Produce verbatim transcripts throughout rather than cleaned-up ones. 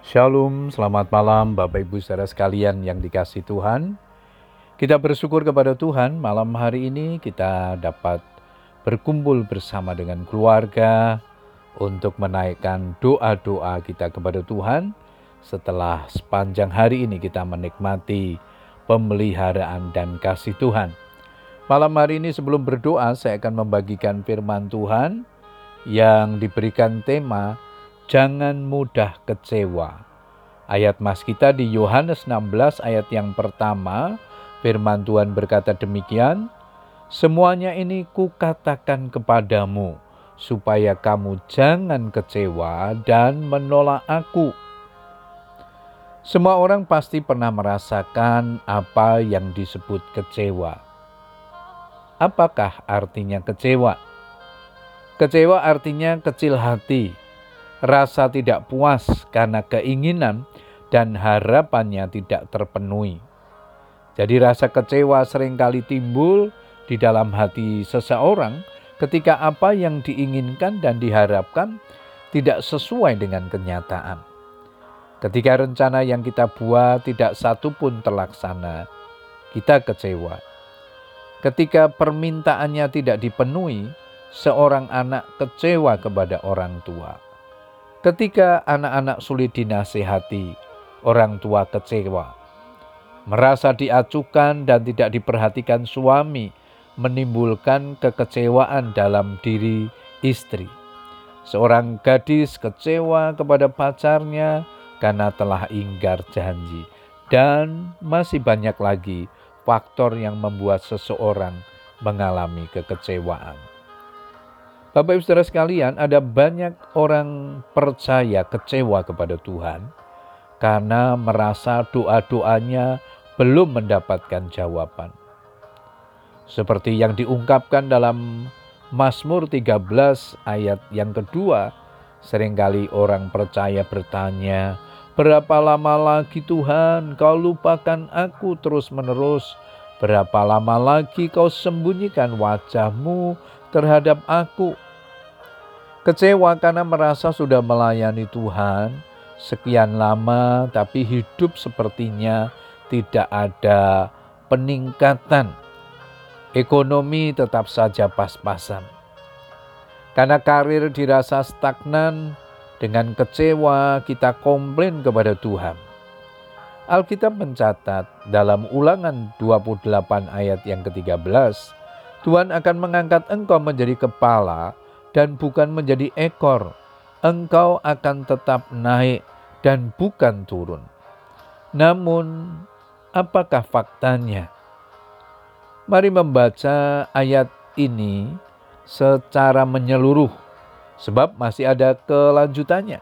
Shalom, selamat malam Bapak Ibu saudara sekalian yang dikasihi Tuhan. Kita bersyukur kepada Tuhan malam hari ini kita dapat berkumpul bersama dengan keluarga untuk menaikkan doa-doa kita kepada Tuhan setelah sepanjang hari ini kita menikmati pemeliharaan dan kasih Tuhan. Malam hari ini sebelum berdoa saya akan membagikan firman Tuhan yang diberikan tema jangan mudah kecewa. Ayat mas kita di Yohanes enam belas ayat yang pertama, firman Tuhan berkata demikian, semuanya ini kukatakan kepadamu, supaya kamu jangan kecewa dan menolak aku. Semua orang pasti pernah merasakan apa yang disebut kecewa. Apakah artinya kecewa? Kecewa artinya kecil hati, rasa tidak puas karena keinginan dan harapannya tidak terpenuhi. Jadi rasa kecewa seringkali timbul di dalam hati seseorang ketika apa yang diinginkan dan diharapkan tidak sesuai dengan kenyataan. Ketika rencana yang kita buat tidak satu pun terlaksana, kita kecewa. Ketika permintaannya tidak dipenuhi, seorang anak kecewa kepada orang tua. Ketika anak-anak sulit dinasihati, orang tua kecewa. Merasa diacuhkan dan tidak diperhatikan suami menimbulkan kekecewaan dalam diri istri. Seorang gadis kecewa kepada pacarnya karena telah ingkar janji. Dan masih banyak lagi faktor yang membuat seseorang mengalami kekecewaan. Bapak Ibu saudara sekalian, ada banyak orang percaya kecewa kepada Tuhan karena merasa doa-doanya belum mendapatkan jawaban. Seperti yang diungkapkan dalam Mazmur tiga belas ayat yang kedua, seringkali orang percaya bertanya, berapa lama lagi Tuhan kau lupakan aku terus-menerus? Berapa lama lagi kau sembunyikan wajahmu terhadap aku? Kecewa karena merasa sudah melayani Tuhan sekian lama, tapi hidup sepertinya tidak ada peningkatan. Ekonomi tetap saja pas-pasan. Karena karir dirasa stagnan, dengan kecewa kita komplain kepada Tuhan. Alkitab mencatat dalam Ulangan dua puluh delapan ayat yang ketiga belas, Tuhan akan mengangkat engkau menjadi kepala dan bukan menjadi ekor. Engkau akan tetap naik dan bukan turun. Namun, apakah faktanya? Mari membaca ayat ini secara menyeluruh, sebab masih ada kelanjutannya.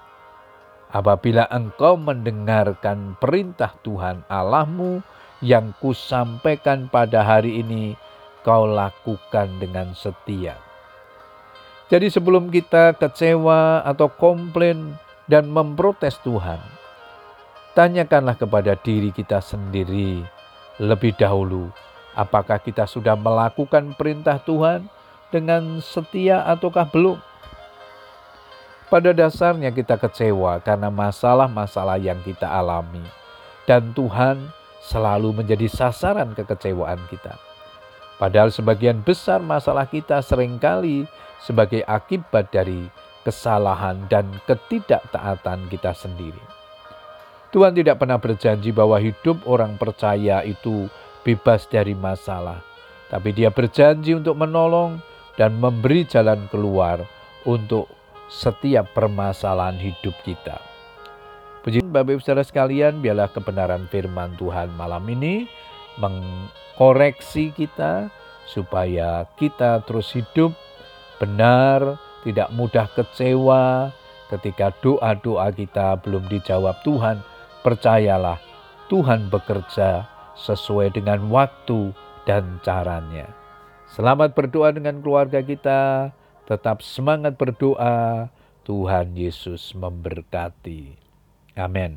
Apabila engkau mendengarkan perintah Tuhan Allahmu yang kusampaikan pada hari ini, kau lakukan dengan setia. Jadi sebelum kita kecewa atau komplain dan memprotes Tuhan, tanyakanlah kepada diri kita sendiri lebih dahulu, apakah kita sudah melakukan perintah Tuhan dengan setia ataukah belum? Pada dasarnya kita kecewa karena masalah-masalah yang kita alami. Dan Tuhan selalu menjadi sasaran kekecewaan kita. Padahal sebagian besar masalah kita seringkali sebagai akibat dari kesalahan dan ketidaktaatan kita sendiri. Tuhan tidak pernah berjanji bahwa hidup orang percaya itu bebas dari masalah. Tapi Dia berjanji untuk menolong dan memberi jalan keluar untuk setiap permasalahan hidup kita. Puji Bapak Ibu saudara sekalian, biarlah kebenaran firman Tuhan malam ini mengkoreksi kita supaya kita terus hidup benar, tidak mudah kecewa ketika doa-doa kita belum dijawab Tuhan. Percayalah, Tuhan bekerja sesuai dengan waktu dan caranya. Selamat berdoa dengan keluarga kita. Tetap semangat berdoa, Tuhan Yesus memberkati. Amin.